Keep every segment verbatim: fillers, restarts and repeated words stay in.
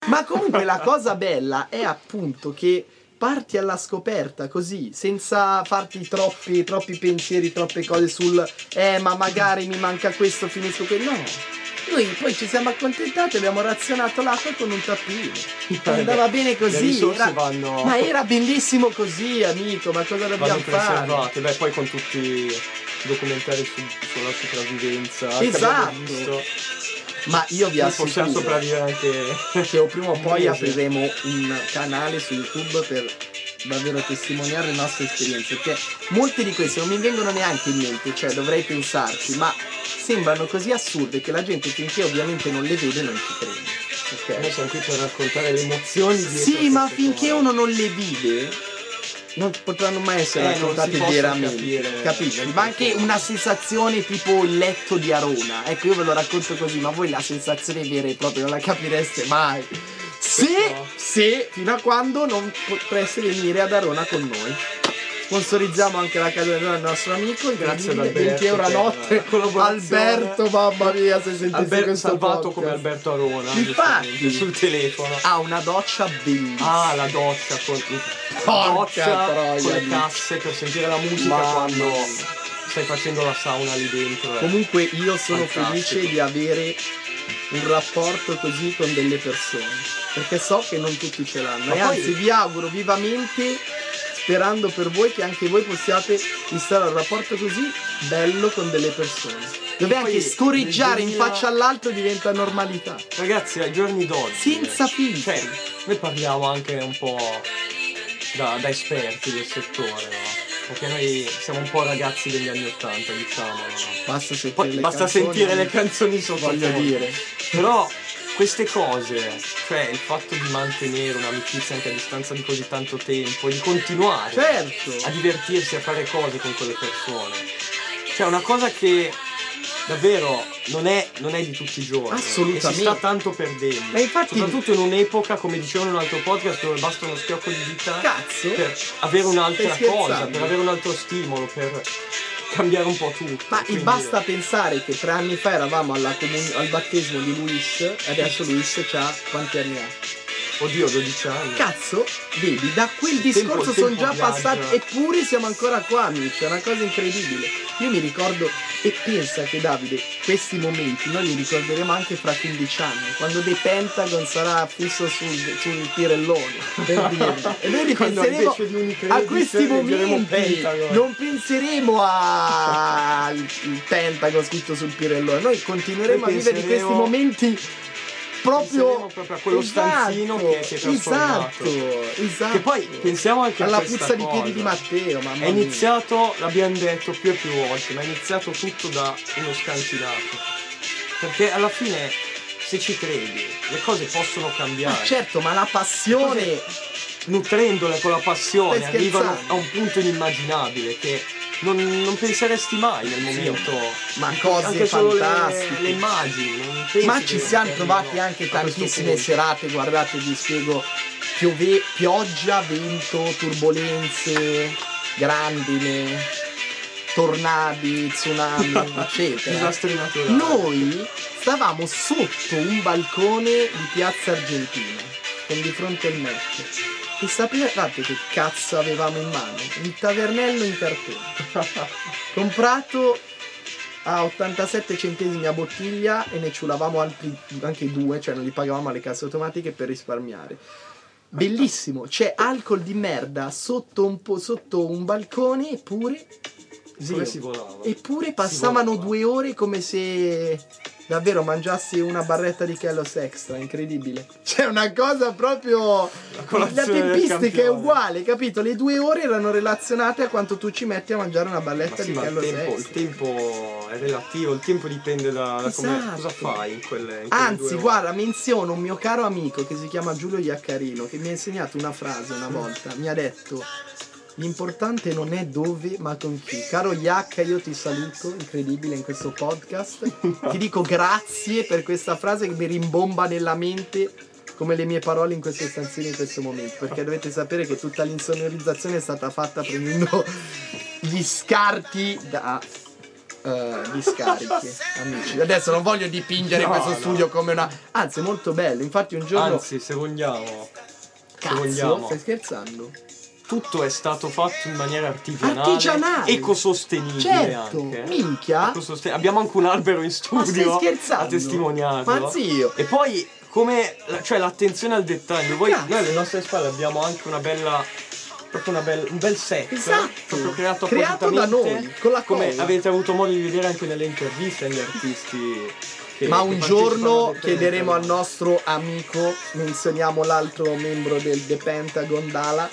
Ma comunque la cosa bella è appunto che parti alla scoperta così, senza farti troppi, troppi pensieri, troppe cose sul eh ma magari mi manca questo, finisco quello. No, noi poi ci siamo accontentati, abbiamo razionato l'acqua con un tappino. Andava bene così, era, vanno... ma era bellissimo così, amico, ma cosa dobbiamo fare? Preservate, beh, poi con tutti i documentari su, sulla sopravvivenza. Esatto. Ma io vi assicuro possiamo sopravvivere anche che o prima o poi apriremo un canale su YouTube per davvero testimoniare le nostre esperienze, perché molte di queste non mi vengono neanche in mente, cioè dovrei pensarci, ma sembrano così assurde che la gente finché ovviamente non le vede non ci crede. Okay. Noi siamo qui per raccontare le emozioni di sì, ma finché cose. Uno non le vive non potranno mai essere eh, raccontate veramente, capisci? Ma anche una sensazione tipo il letto di Arona, ecco, io ve lo racconto così, ma voi la sensazione vera e propria non la capireste mai, se, se fino a quando non potreste venire ad Arona con noi. Sponsorizziamo anche la casa del nostro amico, grazie ad Alberto, venti euro a notte. Alberto, mamma mia, se sentite Alberto questo salvato podcast. Come Alberto Arona, infatti sul telefono. Ha una doccia bellissima. Ah, la doccia con la doccia con le casse per sentire la musica mamma quando stai facendo la sauna lì dentro. Comunque io sono fantastico. Felice di avere un rapporto così con delle persone, perché so che non tutti ce l'hanno. Ma e poi... anzi vi auguro vivamente, sperando per voi, che anche voi possiate instaurare un rapporto così bello con delle persone, dove anche scorreggiare duemila... in faccia all'altro diventa normalità. Ragazzi, ai giorni d'oggi senza filtri, cioè, noi parliamo anche un po' da, da esperti del settore, no? Perché noi siamo un po' ragazzi degli anni ottanta, diciamo, no? Basta sentire, Poi, le, basta canzoni, sentire le canzoni sotto, voglio dire. Però queste cose, cioè il fatto di mantenere un'amicizia anche a distanza di così tanto tempo e di continuare certo. a divertirsi, a fare cose con quelle persone, cioè una cosa che davvero non è, non è di tutti i giorni. Assolutamente. E si sta tanto perdendo. Ma infatti, soprattutto in un'epoca, come dicevo in un altro podcast, dove basta uno schiocco di dita cazzo, per avere un'altra cosa, per avere un altro stimolo, per cambiare un po' tutto. Ma quindi... basta pensare che tre anni fa eravamo alla comun- al battesimo di Luis, e adesso Luis c'ha quanti anni ha? Oddio, dodici anni. Cazzo, vedi, da quel il discorso sono già viaggia. passati, eppure siamo ancora qua, amici, è una cosa incredibile. Io mi ricordo, e pensa che Davide, questi momenti noi li ricorderemo anche fra quindici anni, quando The Pentagon sarà fisso sul, sul Pirellone, per dirlo. E noi ripenseremo a questi momenti, non penseremo al Pentagon scritto sul Pirellone, noi continueremo noi a vivere questi momenti proprio, proprio a quello esatto, stanzino che si è trasformato. Esatto, esatto. Che poi pensiamo anche alla a questa puzza cosa. di piedi di Matteo, mamma è iniziato, l'abbiamo detto più e più volte, ma è iniziato tutto da uno scantinato. Perché alla fine, se ci credi, le cose possono cambiare. Ma certo, ma la passione, cose, nutrendole con la passione, arrivano a un punto inimmaginabile che Non, non penseresti mai nel momento, sì, ma cose anche fantastiche, solo le, le immagini, non pensi ma ci siamo trovati no, anche tantissime serate, guardate vi spiego, piove, pioggia, vento, turbolenze, grandine, tornadi, tsunami, eccetera. Disastri naturali. Noi stavamo sotto un balcone di Piazza Argentina, con di fronte al Mac. E sapevate che cazzo avevamo in mano? Il tavernello in cartone. Comprato a ottantasette centesimi a bottiglia e ne ciulavamo altri anche due, cioè non li pagavamo alle casse automatiche per risparmiare. Bellissimo, c'è alcol di merda sotto un po' sotto un balcone eppure Come si volava? Eppure passavano due ore come se davvero mangiassi una barretta di Kellogg's Extra, incredibile. C'è una cosa proprio la, la tempistica è uguale, capito? Le due ore erano relazionate a quanto tu ci metti a mangiare una barretta sì, di Kellogg's Extra. Il tempo è relativo, il tempo dipende da, da esatto. come cosa fai in quelle, in quelle Anzi, guarda, menziono un mio caro amico che si chiama Giulio Iaccarino, che mi ha insegnato una frase una volta. Mi ha detto: l'importante non è dove, ma con chi. Caro Iacca, io ti saluto, incredibile, in questo podcast. Ti dico grazie per questa frase che mi rimbomba nella mente come le mie parole in queste stanzine in questo momento, perché dovete sapere che tutta l'insonorizzazione è stata fatta prendendo gli scarti da eh, di scariche, amici. Adesso non voglio dipingere No, questo no. studio come una... Anzi, è molto bello. Infatti un giorno... Anzi, se vogliamo, se Cazzo, vogliamo, stai scherzando? tutto è stato fatto in maniera artigianale, Artigianale. ecosostenibile Certo, anche. minchia. Ecososten- Abbiamo anche un albero in Ma stai studio scherzando? a testimoniarlo. Ma zio. E poi come, cioè l'attenzione al dettaglio. Voi, Cazzo. noi alle nostre spalle abbiamo anche una bella, proprio una bella, un bel set. Esatto. Proprio creato Creato da appositamente, noi, con la come colla. avete avuto modo di vedere anche nelle interviste agli artisti. Che, Ma che un partecipano giorno alle chiederemo al televisioni. nostro amico, menzioniamo l'altro membro del The Pentagon, Dala.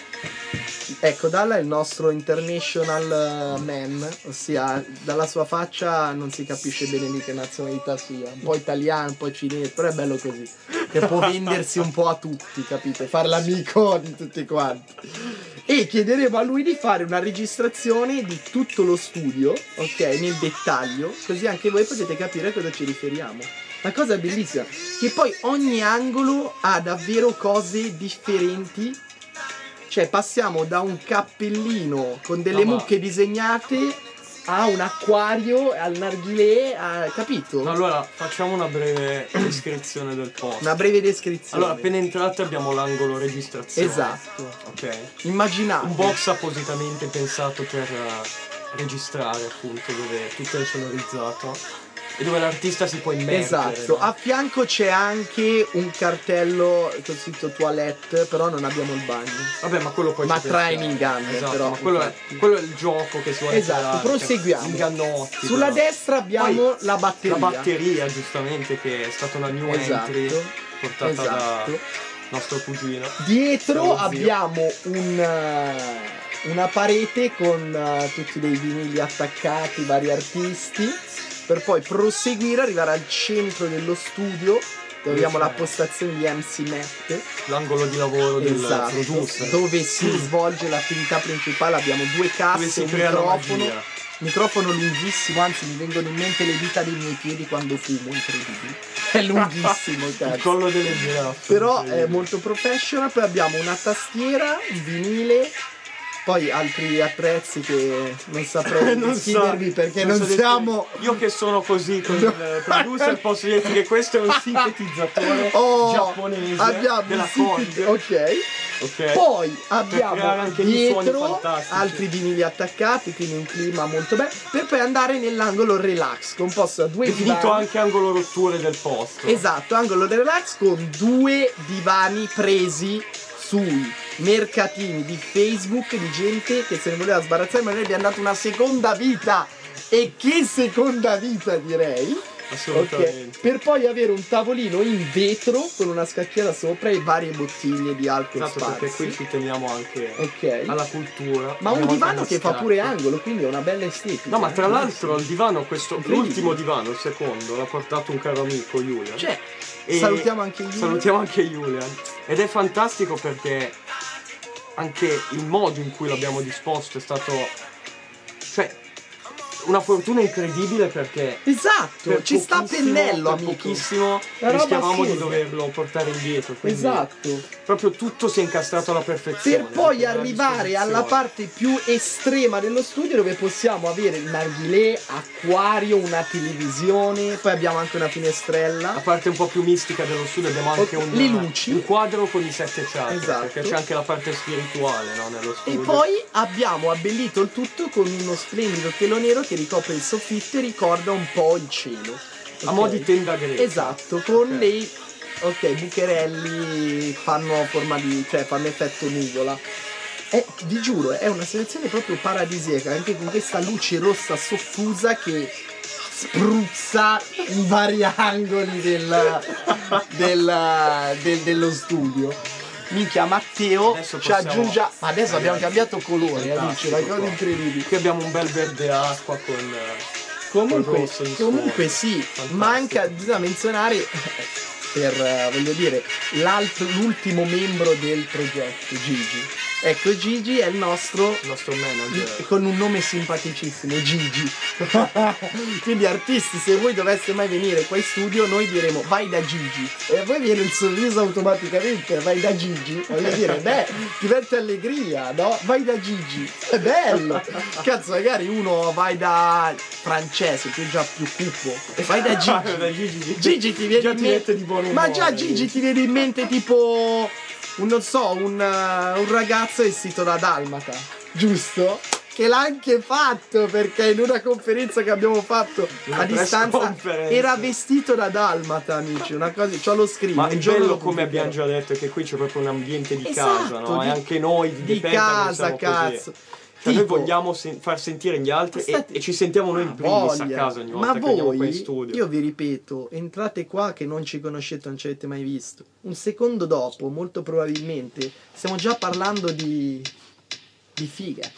Ecco, Dalla è il nostro international uh, man, ossia dalla sua faccia non si capisce bene di che nazionalità sia, un po' italiano, un po' cinese, però è bello così, che può vendersi un po' a tutti, capite? Far l'amico di tutti quanti. E chiederemo a lui di fare una registrazione di tutto lo studio, ok, nel dettaglio, così anche voi potete capire a cosa ci riferiamo. La cosa bellissima, che poi ogni angolo ha davvero cose differenti. Cioè passiamo da un cappellino con delle No, ma- mucche disegnate a un acquario, al narghilè, a... capito? Allora, facciamo una breve descrizione del posto. Una breve descrizione. Allora, appena entrate abbiamo l'angolo registrazione. Esatto. Ok. Immaginate. Un box appositamente pensato per eh, registrare, appunto, dove tutto è sonorizzato e dove l'artista si può immergere. Esatto. no? A fianco c'è anche un cartello con scritto toilette, però non abbiamo il bagno. Vabbè, ma quello poi Ma ci tra pensiamo. in inganno, Esatto, però, ma quello è, infatti. quello è il gioco che si vuole Esatto, creare, proseguiamo. cioè, ingannotti. Sulla però. destra abbiamo Poi, la batteria. La batteria, giustamente, che è stata una new Esatto. entry portata Esatto. da nostro cugino. Dietro Zio. abbiamo un, uh, una parete con uh, tutti dei vinili attaccati, vari artisti, per poi proseguire, arrivare al centro dello studio, dove abbiamo c'è- la postazione di M C Matt. L'angolo di lavoro del Esatto, producer. dove si svolge l'attività principale. Abbiamo due casse, Dove si un crea la microfono, magia. microfono lunghissimo, anzi mi vengono in mente le dita dei miei piedi quando fumo, incredibile. È lunghissimo, Il cazzo. collo delle giraffe. Però è incredibile. molto professional. Poi abbiamo una tastiera, un vinile, poi altri attrezzi che non saprei Non so, descrivervi perché non, so siamo... descrivere. Io che sono così con il producer posso dirti che questo è un sintetizzatore Oh, giapponese abbiamo della un sito- Korg. ok. Ok. Poi creare abbiamo anche gli suoni dietro fantastici. altri vinili attaccati, quindi un clima molto bello, per poi andare nell'angolo relax, composto da due Definito divani. anche angolo rotture del posto. Esatto, angolo del relax con due divani presi sui mercatini di Facebook di gente che se ne voleva sbarazzare, ma noi abbiamo dato una seconda vita. E che seconda vita, direi. Assolutamente. Ok, per poi avere un tavolino in vetro con una scacchiera sopra e varie bottiglie di alcol Esatto, sparse. perché qui ci teniamo anche Ok. alla cultura. Ma un Abbiamo divano anche che fa uno pure scacco. angolo, quindi è una bella estetica. No, ma tra eh. l'altro il divano, questo, Incredibile. l'ultimo divano, il secondo, l'ha portato un caro amico, Julian. Cioè, E salutiamo anche io. Salutiamo anche Julian. Ed è fantastico perché anche il modo in cui l'abbiamo disposto è stato, cioè, una fortuna incredibile perché Esatto, per ci sta a pochissimo- pennello, per amico. pochissimo Una roba rischiavamo di assurda. doverlo portare indietro. quindi Esatto. Proprio tutto si è incastrato alla perfezione. Per poi Nella arrivare alla disposizione. parte più estrema dello studio dove possiamo avere il narghilè, acquario, una televisione, poi abbiamo anche una La finestrella. parte un po' più mistica dello studio abbiamo anche Ok, un, le luci. un quadro con i sette chakra, Esatto. perché c'è anche la parte spirituale, no, nello E studio. poi abbiamo abbellito il tutto con uno splendido telo nero che ricopre il soffitto e ricorda un po' il cielo. a Ok? mo' di tenda greca. Esatto, con Ok. dei ok, bucherelli fanno forma di, cioè fanno effetto nuvola. E vi giuro, è una selezione proprio paradisiaca, anche con questa luce rossa soffusa che spruzza in vari angoli del, del- del- dello studio. Minchia, Matteo Adesso ci possiamo- aggiunge. Ma adesso abbiamo cambiato colore, amici, Fantastico una cosa qua. incredibile. Qui abbiamo un bel verde acqua con eh, Comunque, col rosso in comunque sfondo. sì, Fantastico. manca bisogna menzionare per eh, voglio dire l'altro, l'ultimo membro del progetto, Gigi. Ecco, Gigi è il nostro, il nostro manager. Con un nome simpaticissimo, Gigi. Quindi artisti, se voi doveste mai venire qua in studio, noi diremo vai da Gigi. E a voi viene il sorriso automaticamente, vai da Gigi. Voglio dire, beh, ti mette allegria, no? Vai da Gigi. È bello. Cazzo, magari uno vai da Francesco, che è già più cupo. Vai da Gigi. Da Gigi, Gigi ti viene già in ti mente mette di buon umore. Ma già Gigi ti viene in mente tipo un, non so, un, uh, un ragazzo vestito da dalmata, giusto? Che l'ha anche fatto, perché in una conferenza che abbiamo fatto Una a distanza conference. era vestito da dalmata, amici, una cosa, c'ho lo screen. Ma un il giorno bello, lo come abbiamo pubblicherò. già detto, è che qui c'è proprio un ambiente di Esatto, casa, no? di- E anche noi di, di Pentagon casa, siamo cazzo. così. Cioè noi Tipo- vogliamo sen- far sentire gli altri e, State- e ci sentiamo noi in primis a Voglia. casa ogni Ma volta che andiamo qua in voi, studio. io vi ripeto, entrate qua che non ci conoscete, non ci avete mai visto. Un secondo dopo, molto probabilmente, stiamo già parlando di di figa.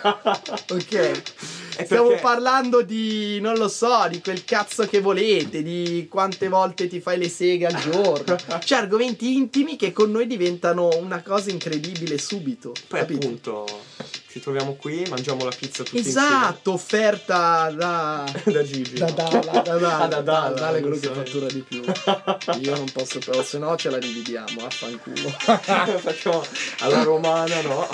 Ok? È Stiamo perché- parlando di, non lo so, di quel cazzo che volete, di quante volte ti fai le seghe al giorno. Cioè argomenti intimi che con noi diventano una cosa incredibile subito. Poi capito? appunto ci troviamo qui, mangiamo la pizza tutti Esatto, offerta da insieme. Da Gigi. da Dalla, da Dalla, Ah, da Dalla, Dalla è quello lo che sai. fattura di più. Io non posso, però se no ce la dividiamo, affanculo. Facciamo alla romana, no?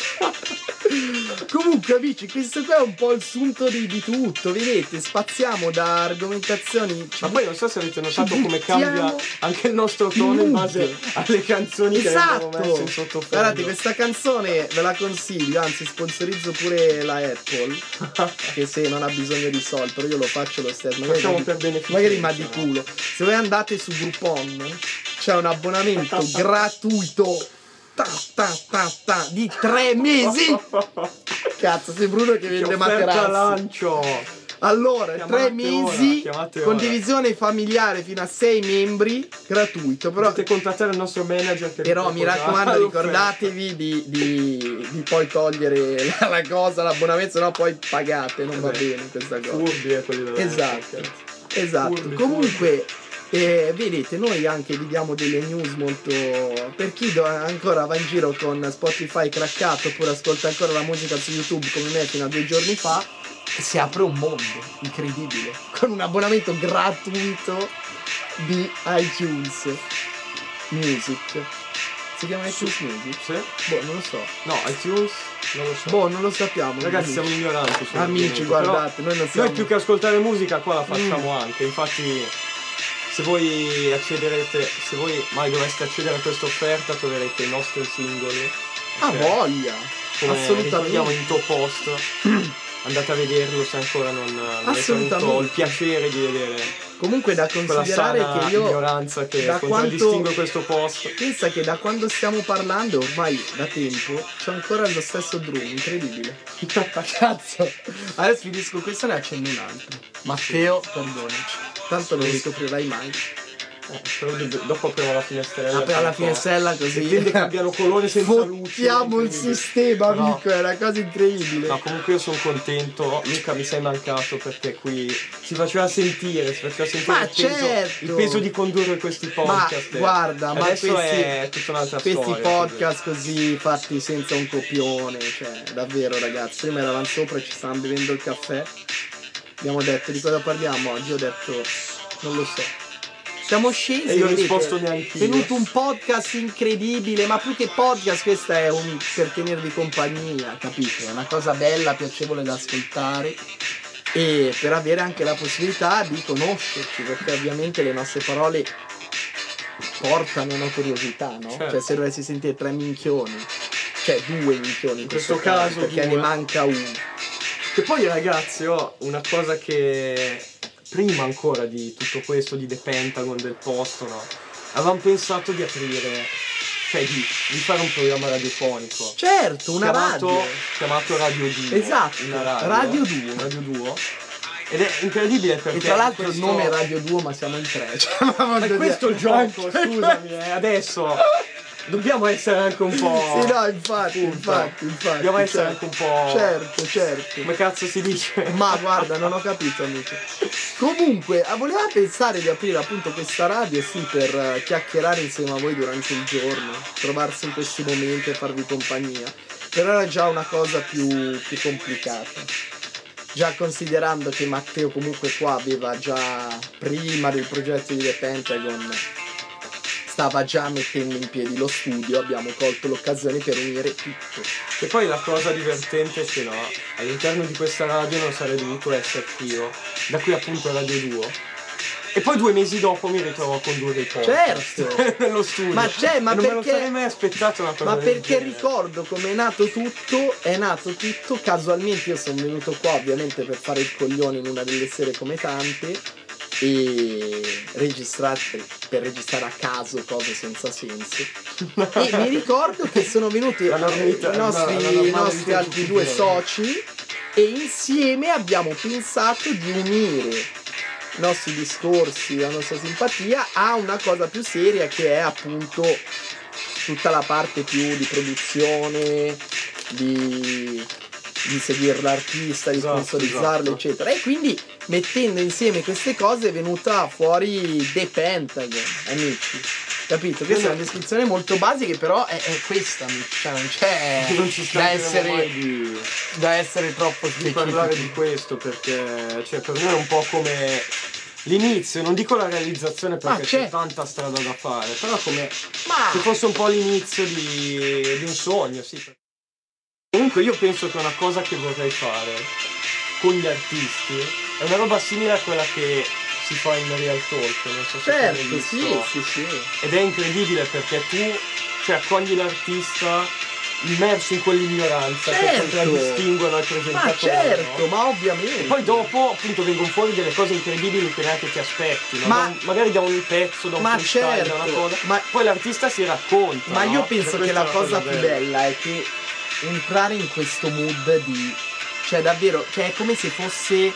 Comunque amici, questo qua è un po' il sunto di, di tutto, vedete, spaziamo da argomentazioni. Ma poi non so se avete notato ci come buttiamo cambia anche il nostro tono in mood. base alle canzoni che abbiamo messo in Esatto, sottofondo. guardate, questa canzone ve la consiglio, anzi sponsorizzo pure la Apple, che se non ha bisogno di soldi, però io lo faccio lo stesso, magari, Facciamo ma per di, beneficenza, magari ma di no? culo. Se voi andate su Groupon c'è un abbonamento gratuito ta, ta, ta, ta, di tre mesi. Cazzo, sei Bruno che Che vende offerta materassi. lancio. Allora, Chiamate tre ora, mesi, chiamate ora. condivisione familiare fino a sei membri, gratuito, però Potete contattare il nostro manager che vi Però mi proporrà raccomando, l'offerta. ricordatevi di, di, di poi togliere la, la cosa, l'abbonamento, sennò poi pagate, non va Beh, bene questa cosa. Furbi e quelli della Esatto, esatto. Furbi, Comunque, eh, vedete, noi anche vi diamo delle news molto. Per chi do- ancora va in giro con Spotify craccato oppure ascolta ancora la musica su YouTube come me fino a due giorni fa, si apre un mondo incredibile con un abbonamento gratuito di iTunes Music. Si chiama iTunes Music? Sì? Boh, non lo so. No, iTunes non lo so. Boh, non lo sappiamo. Ragazzi, amici. siamo ignoranti su Amici, argomento, guardate, però noi non siamo. Noi più che ascoltare musica qua la facciamo Mm. anche. Infatti, se voi accederete, se voi mai doveste accedere a questa offerta, troverete i nostri singoli. Ah, Ok? voglia! Come Assolutamente. ricordiamo in top post. Andate a vederlo se ancora non, non avete Assolutamente. avuto il piacere di vedere Comunque da quella considerare sana che io. ignoranza che da contraddistingue quanto- questo post. Pensa che da quando stiamo parlando, ormai da tempo, c'è ancora lo stesso drum, incredibile. Cazzo! Adesso finisco questo e ne accendo un altro. Matteo, perdonaci. Tanto non lo scoprirai mai. Eh, però do- dopo apriamo la finestrella. Apri la un po'. finestrella così. Dipende che abbiano colore senza luce. Fottiamo il incredibile. sistema, No. amico, è una cosa incredibile. No, comunque io sono contento. Luca, mi sei mancato perché qui si faceva sentire, si faceva sentire Ma il, peso, certo! il peso di condurre questi podcast. Ma guarda, ma adesso questi, è tutta un'altra questi storia. podcast così fatti senza un copione, cioè davvero ragazzi, prima eravamo sopra e ci stavamo bevendo il caffè, abbiamo detto di cosa parliamo oggi, ho detto non lo so. Siamo scesi, E io ho vedete, risposto neanch'io. è venuto un podcast incredibile, ma più che podcast questo è un per tenervi compagnia, capito? È una cosa bella, piacevole da ascoltare e per avere anche la possibilità di conoscerci, perché ovviamente le nostre parole portano una curiosità, no? Certo. Cioè se dovessi sentire tre minchioni, cioè due minchioni in questo, questo caso, perché due. ne manca uno. Che poi ragazzi, ho una cosa che prima ancora di tutto questo, di The Pentagon, del posto, no? Avevamo pensato di aprire, cioè di, di fare un programma radiofonico. Certo, una chiamato, radio. chiamato Radio Duo. Esatto, Una radio, Radio Duo. Radio Duo. Ed è incredibile perché E tra l'altro questo... il nome è Radio Duo, ma siamo in tre. Cioè, ma È voglio questo il dire- gioco, scusami, eh, adesso dobbiamo essere anche un po'. Sì, no, infatti, Punta. infatti, infatti. Dobbiamo essere certo, anche un po'. Certo, certo. Come cazzo si dice? Ma guarda, non ho capito, amico. Comunque, voleva pensare di aprire appunto questa radio, sì, per uh, chiacchierare insieme a voi durante il giorno, trovarsi in questi momenti e farvi compagnia. Però era già una cosa più, più complicata. Già considerando che Matteo comunque qua aveva già, prima del progetto di The Pentagon, stava già mettendo in piedi lo studio, abbiamo colto l'occasione per unire tutto. E poi la cosa divertente è che no, all'interno di questa radio non sarei dovuto essere io, da qui appunto Radio Duo. E poi due mesi dopo mi ritrovo a condurre i podcast. Certo! Nello studio. Ma c'è, ma e non perché... me lo sarei mai aspettato una cosa Ma del perché genere. ricordo come è nato tutto, è nato tutto, casualmente io sono venuto qua ovviamente per fare il coglione in una delle sere come tante e registrare, per registrare a caso cose senza senso. E mi ricordo che sono venuti La normalità- i nostri, la- la i normalità nostri di altri tutti i due giorni. soci e insieme abbiamo pensato di unire i nostri discorsi, la nostra simpatia a una cosa più seria che è appunto tutta la parte più di produzione, di, di seguire l'artista, di Esatto, sponsorizzarlo, esatto. eccetera. E quindi mettendo insieme queste cose è venuta fuori The Pentagon, amici. Capito? Questa è una descrizione molto basica, però è, è questa, amici. Cioè non c'è Non ci da stancheremo essere, mai di, da essere troppo di parlare specifici. di questo, perché cioè, per me è un po' come l'inizio, non dico la realizzazione perché Ma c'è. c'è tanta strada da fare, però come Ma se fosse un po' l'inizio di, di un sogno, sì. Comunque io penso che una cosa che vorrei fare con gli artisti è una roba simile a quella che si fa in Real Talk, non so se tu l'hai certo, visto. sì, sì, sì. Ed è incredibile perché tu cioè accogli l'artista immerso in quell'ignoranza che Certo. contraddistinguono il presentatore. Ma certo, no? ma ovviamente. E poi dopo appunto vengono fuori delle cose incredibili che neanche ti aspetti, no? Ma- Da un- magari da un pezzo, da un Ma freestyle, da una certo, cosa. ma- Poi l'artista si racconta. Ma no? io E penso che questa la è cosa più bella è che entrare in questo mood di... Cioè davvero, cioè è come se fosse...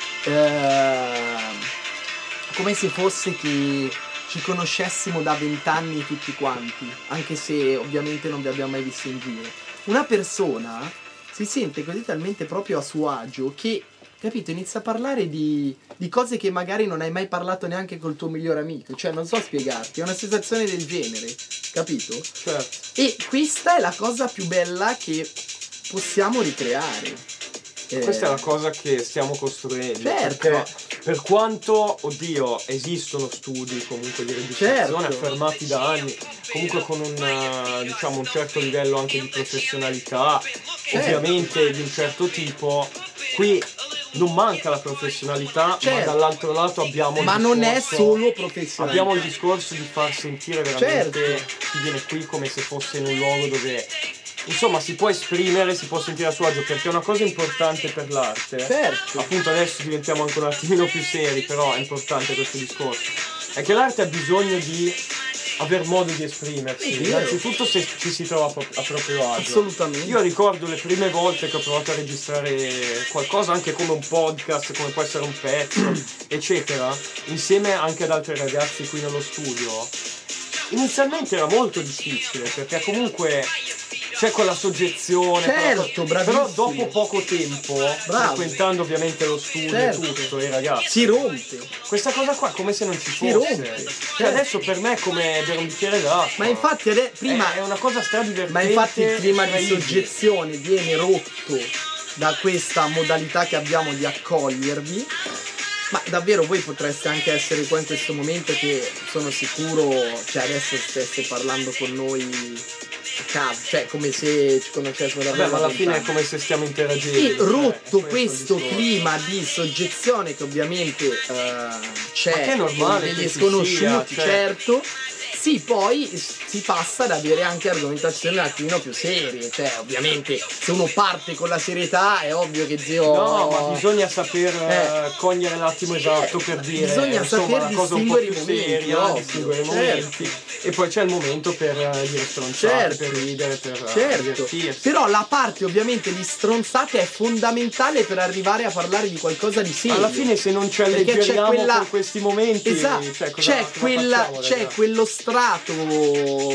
eh, come se fosse che ci conoscessimo da vent'anni tutti quanti, anche se ovviamente non vi abbiamo mai visto in giro. Una persona si sente così talmente proprio a suo agio che, capito, inizia a parlare di, di cose che magari non hai mai parlato neanche col tuo migliore amico. Cioè, non so spiegarti, è una sensazione del genere, capito? Certo. E questa è la cosa più bella che possiamo ricreare. Eh, Questa è la cosa che stiamo costruendo. Certo. Perché per quanto, oddio, esistono studi comunque di registrazione Certo. affermati da anni, comunque con un, eh, diciamo, un certo livello anche di professionalità, Certo. ovviamente di un certo tipo, qui non manca la professionalità, ma Certo. dall'altro lato abbiamo il Ma non è discorso- solo professionalità. Abbiamo il discorso di far sentire veramente Certo. chi viene qui come se fosse in un luogo dove insomma si può esprimere, si può sentire a suo agio, perché è una cosa importante per l'arte. Certo. Appunto adesso diventiamo anche un attimino più seri, però è importante questo discorso. È che l'arte ha bisogno di aver modo di esprimersi, È vero. innanzitutto se ci si trova a pro- a proprio agio. Assolutamente. Io ricordo le prime volte che ho provato a registrare qualcosa, anche come un podcast, come può essere un pezzo, eccetera, insieme anche ad altri ragazzi qui nello studio. Inizialmente era molto difficile, perché comunque c'è quella soggezione, Certo, quella co- però bravissimo. dopo poco tempo, Bravo. frequentando ovviamente lo studio Certo. e tutto, i ragazzi, Si rompe. questa cosa qua è come se non ci Si fosse. rompe, Cioè certo. adesso per me è come bere un bicchiere d'acqua. Ma infatti ade- prima... è, è una cosa stradivertente. Ma infatti il clima di incredibile. soggezione viene rotto da questa modalità che abbiamo di accogliervi. Ma davvero voi potreste anche essere qua in questo momento che sono sicuro, cioè adesso stesse parlando con noi a caso, cioè come se ci conoscessimo Vabbè, davvero. ma da alla fine è vent'anni. come se stiamo interagendo. E cioè, rotto è questo il discorso. clima di soggezione che ovviamente eh, Ma c'è che è normale con che degli ci sconosciuti, sia, cioè- certo. Sì, poi si passa ad avere anche argomentazioni un attimino più serie, cioè ovviamente se uno parte con la serietà è ovvio che zio... No, ma bisogna saper Eh. eh, cogliere l'attimo esatto per dire bisogna insomma saper una cosa un po' distinguere più i momenti, seria, ovvio, distinguere i certo. momenti e poi c'è il momento per eh, dire stronzate, Certo. per ridere, per eh, Certo, divertirsi. però la parte ovviamente di stronzate è fondamentale per arrivare a parlare di qualcosa di serio. Alla fine se non ci Perché c'è alleggeriamo quella- con questi momenti, Esatto, cioè, cosa- c'è, cosa quella, facciamo, c'è ragazzi? quello strato di,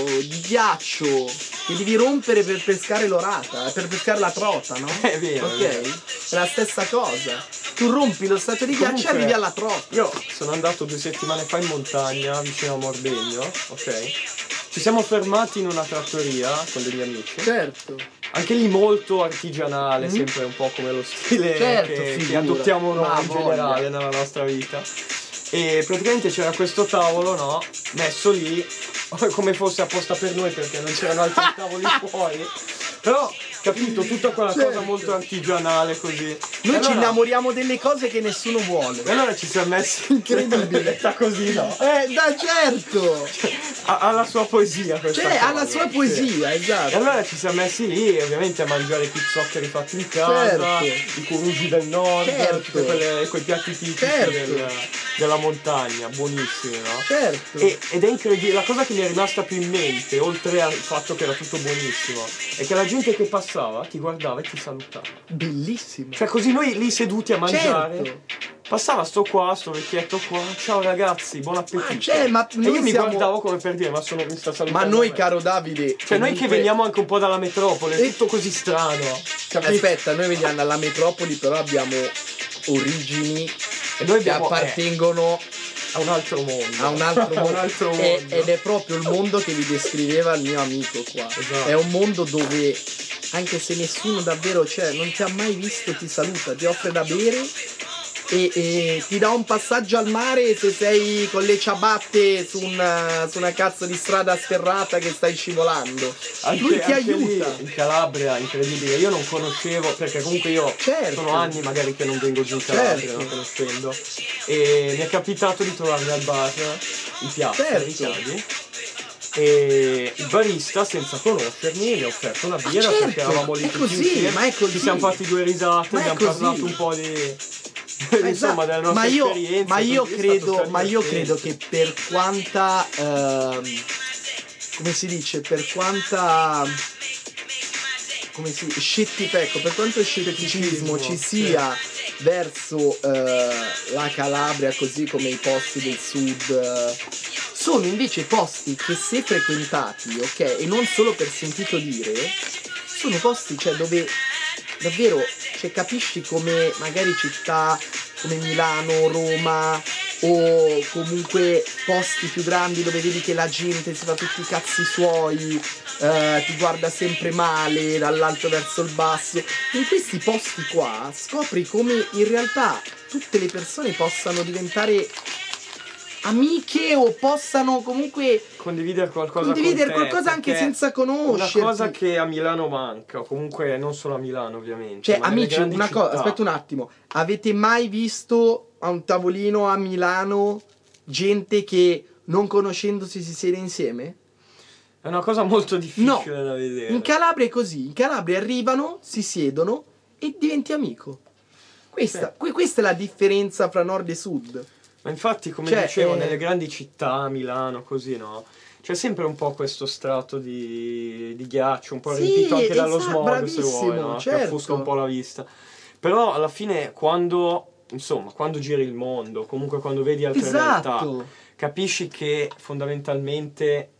ghiaccio che devi rompere per pescare l'orata, per pescare la trota, no? È vero, ok? è vero. È la stessa cosa. Tu rompi lo strato di ghiaccio e Comunque, arrivi alla trota. Io sono andato due settimane fa in montagna vicino a Morbegno, ok? Ci siamo fermati in una trattoria con degli amici. Certo. Anche lì molto artigianale, Mm. sempre un po' come lo stile Certo, che, che figura. adottiamo Ma noi in voglia. generale nella nostra vita. E praticamente c'era questo tavolo, no? Messo lì come fosse apposta per noi perché non c'erano altri tavoli fuori. Però, capito, tutta quella Certo. cosa molto artigianale così. Noi E ci allora- innamoriamo delle cose che nessuno vuole. E allora ci siamo messi Incredibile. detta così, no? Eh, da certo! Ha, ha la sua poesia questa Cioè, ha la cosa, sua sì. poesia, E esatto. allora ci siamo messi lì ovviamente a mangiare i pizzoccheri fatti in casa, Certo. i corugi del nord, Certo. tutti quelle- quei piatti tipici Certo. del- della montagna, buonissimi, no? Certo. E- ed è incredibile, la cosa che mi è rimasta più in mente, oltre al fatto che era tutto buonissimo, è che la gente che passava ti guardava e ti salutava. Bellissimo. Cioè così noi lì seduti a mangiare, Certo. passava sto qua, sto vecchietto qua, ciao ragazzi, buon appetito. Ma cioè, ma e noi io mi siamo- guardavo come per dire, ma sono mi sta salutando. Ma noi, me. caro Davide, Cioè noi che comunque- veniamo anche un po' dalla metropole, è Eh. tutto così strano. Capito? Aspetta, noi veniamo dalla metropoli, però abbiamo origini E noi che abbiamo eh, appartengono a un altro mondo. a un altro A mondo. un altro E- mondo. ed è proprio il mondo che vi descriveva il mio amico qua. Esatto. È un mondo dove, anche se nessuno davvero, cioè, non ti ha mai visto, ti saluta, ti offre da bere e, e ti dà un passaggio al mare se sei con le ciabatte su una, su una cazzo di strada sterrata che stai scivolando. Anche, Lui ti anche lì, aiuta. in Calabria, incredibile. Io non conoscevo, perché comunque io Certo. sono anni magari che non vengo giù in Calabria, Certo. non conoscendo. E mi è capitato di trovarmi al bar in piazza, Certo. in Italia. E il barista, senza conoscermi, mi ha offerto una birra certo, perché eravamo lì è tutti così, insieme. ma è così. Ci siamo fatti due risate, Ma è abbiamo così. parlato un po' di Ma insomma esatto, delle nostre ma io, esperienze. ma io così, è credo, stato ma io credo divertente. che per quanta ehm, come si dice, per quanta come si scettico, ecco, per quanto scetticismo ci sia verso eh, la Calabria, così come i posti del sud, eh, sono invece posti che, se frequentati, ok, e non solo per sentito dire, sono posti, cioè, dove davvero, cioè, capisci come magari città come Milano, Roma o comunque posti più grandi dove vedi che la gente si fa tutti i cazzi suoi, eh, ti guarda sempre male dall'alto verso il basso. In questi posti qua scopri come in realtà tutte le persone possano diventare amiche o possano comunque condividere qualcosa condividere con te, qualcosa anche perché senza conoscerti. una cosa che a Milano manca, o comunque non solo a Milano ovviamente, Cioè, ma nelle amici, grandi una cosa, città. aspetta un attimo. Avete mai visto a un tavolino a Milano gente che non conoscendosi si siede insieme? È una cosa molto difficile No. da vedere. In Calabria è così. In Calabria arrivano, si siedono e diventi amico. Questa, que- questa è la differenza fra nord e sud. Ma infatti, come Cioè, dicevo, eh, nelle grandi città, Milano, così, no? C'è sempre un po' questo strato di, di ghiaccio, un po' Sì, riempito anche dallo esatto, smog, bravissimo, se vuoi, no? Che certo. offusca un po' la vista. Però alla fine, quando, insomma, quando giri il mondo, comunque quando vedi altre realtà, Esatto. capisci che fondamentalmente,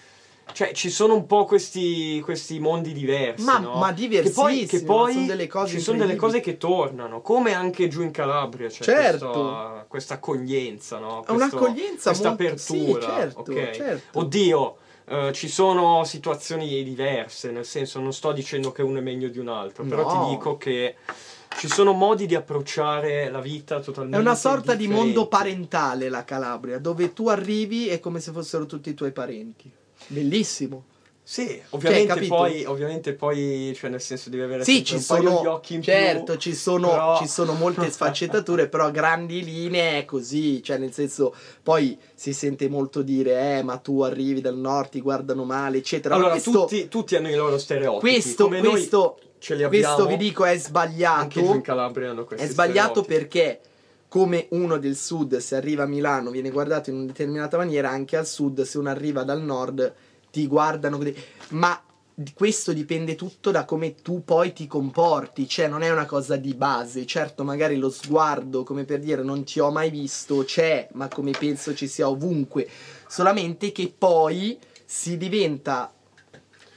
cioè, ci sono un po' questi, questi mondi diversi, Ma- no? ma Che poi, che diversissimi, poi ma sono delle cose ci sono delle cose incredibili. che tornano, come anche giù in Calabria c'è Certo. questa, questa accoglienza, no? È Questo- un'accoglienza questa molto- apertura, sì, certo, ok? certo. Oddio, eh, ci sono situazioni diverse, nel senso, non sto dicendo che uno è meglio di un altro, però No. ti dico che ci sono modi di approcciare la vita totalmente È una sorta di differenti. mondo parentale la Calabria, dove tu arrivi è come se fossero tutti i tuoi parenti. Bellissimo. Sì, ovviamente capito? poi, ovviamente poi, cioè nel senso devi avere Sì, sempre ci un paio sono, di occhi in certo, più, ci sono, però- ci sono molte sfaccettature, però a grandi linee è così, cioè nel senso, poi si sente molto dire, eh, ma tu arrivi dal nord, ti guardano male, eccetera. Ma Allora, questo, tutti, tutti hanno i loro stereotipi, questo, come noi questo, ce li abbiamo, questo vi dico è anche giù in sbagliato, Calabria hanno questi è sbagliato stereotipi. perché come uno del sud, se arriva a Milano, viene guardato in una determinata maniera, anche al sud, se uno arriva dal nord, ti guardano così, ma di- questo dipende tutto da come tu poi ti comporti, cioè non è una cosa di base. Certo, magari lo sguardo, come per dire non ti ho mai visto, c'è, ma come penso ci sia ovunque, solamente che poi si diventa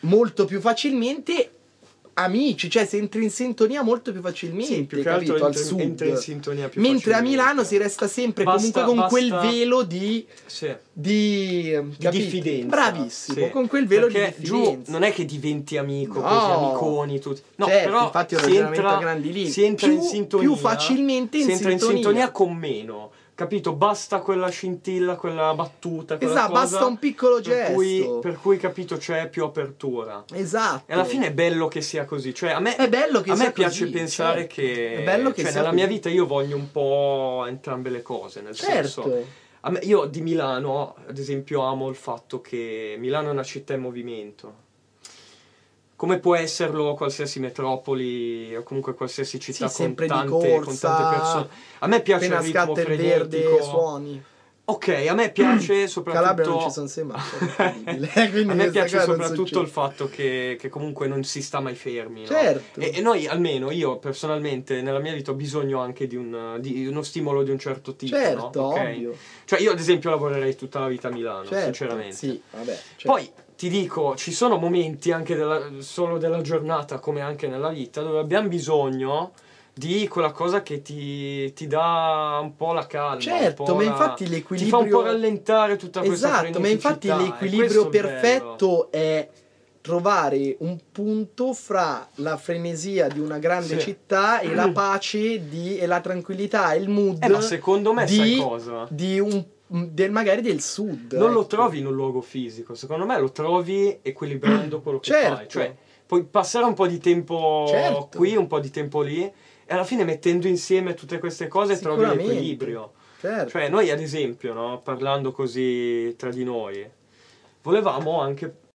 molto più facilmente amici, cioè se entri in sintonia molto più facilmente, Sì, più che capito? altro Al entri, sud. entri in sintonia più Mentre a facilmente. Milano si resta sempre Basta- comunque con basta- quel velo di Sì. di, Di capito? diffidenza. Bravissimo, Sì. con quel velo Perché di giù diffidenza. non è che diventi amico, No. così amiconi tutti. No, Certo, però infatti è un si ragionamento entra, a grandi linee. si entra Più- in sintonia, più facilmente in si entra in sintonia. sintonia con meno. Capito? Basta quella scintilla, quella battuta, quella Esatto, cosa basta un piccolo per gesto. cui, per cui, capito, c'è più apertura. Esatto. E alla fine è bello che sia così. Cioè, a me, È bello che a sia me piace così, pensare certo. che, È bello che cioè, sia nella mia così. vita io voglio un po' entrambe le cose. Nel Certo. senso, a me, io di Milano, ad esempio, amo il fatto che Milano è una città in movimento. Come può esserlo qualsiasi metropoli o comunque qualsiasi città Sì, con, sempre di tante, corsa, con tante persone. A me piace appena il ritmo scatta il frenetico. verde suoni. Ok, a me piace soprattutto. Calabria non ci sono semafori, incredibile. Quindi a me questa piace cosa non soprattutto succede. il fatto che, che comunque non si sta mai fermi, no? Certo. E, e noi, almeno io personalmente, nella mia vita ho bisogno anche di, un, di uno stimolo di un certo tipo, Certo, no? Ok? ovvio. Cioè io ad esempio lavorerei tutta la vita a Milano, Certo, sinceramente. sì, vabbè. certo. Poi ti dico, ci sono momenti anche della, solo della giornata, come anche nella vita, dove abbiamo bisogno di quella cosa che ti, ti dà un po' la calma. Certo, un po' ma la- infatti ti l'equilibrio. fa un po' rallentare tutta questa Esatto, ma infatti freneticità, e l'equilibrio questo è bello. perfetto è trovare un punto fra la frenesia di una grande Sì. città e la pace di, e la tranquillità e il mood Eh, ma secondo me di, sai cosa? di un del, magari del sud. Non lo ecco. trovi in un luogo fisico, secondo me lo trovi equilibrando quello che Certo. fai. Cioè, puoi passare un po' di tempo Certo. qui, un po' di tempo lì, e alla fine mettendo insieme tutte queste cose trovi Sicuramente. l'equilibrio. Certo. Cioè, noi ad esempio, no, parlando così tra di noi, volevamo anche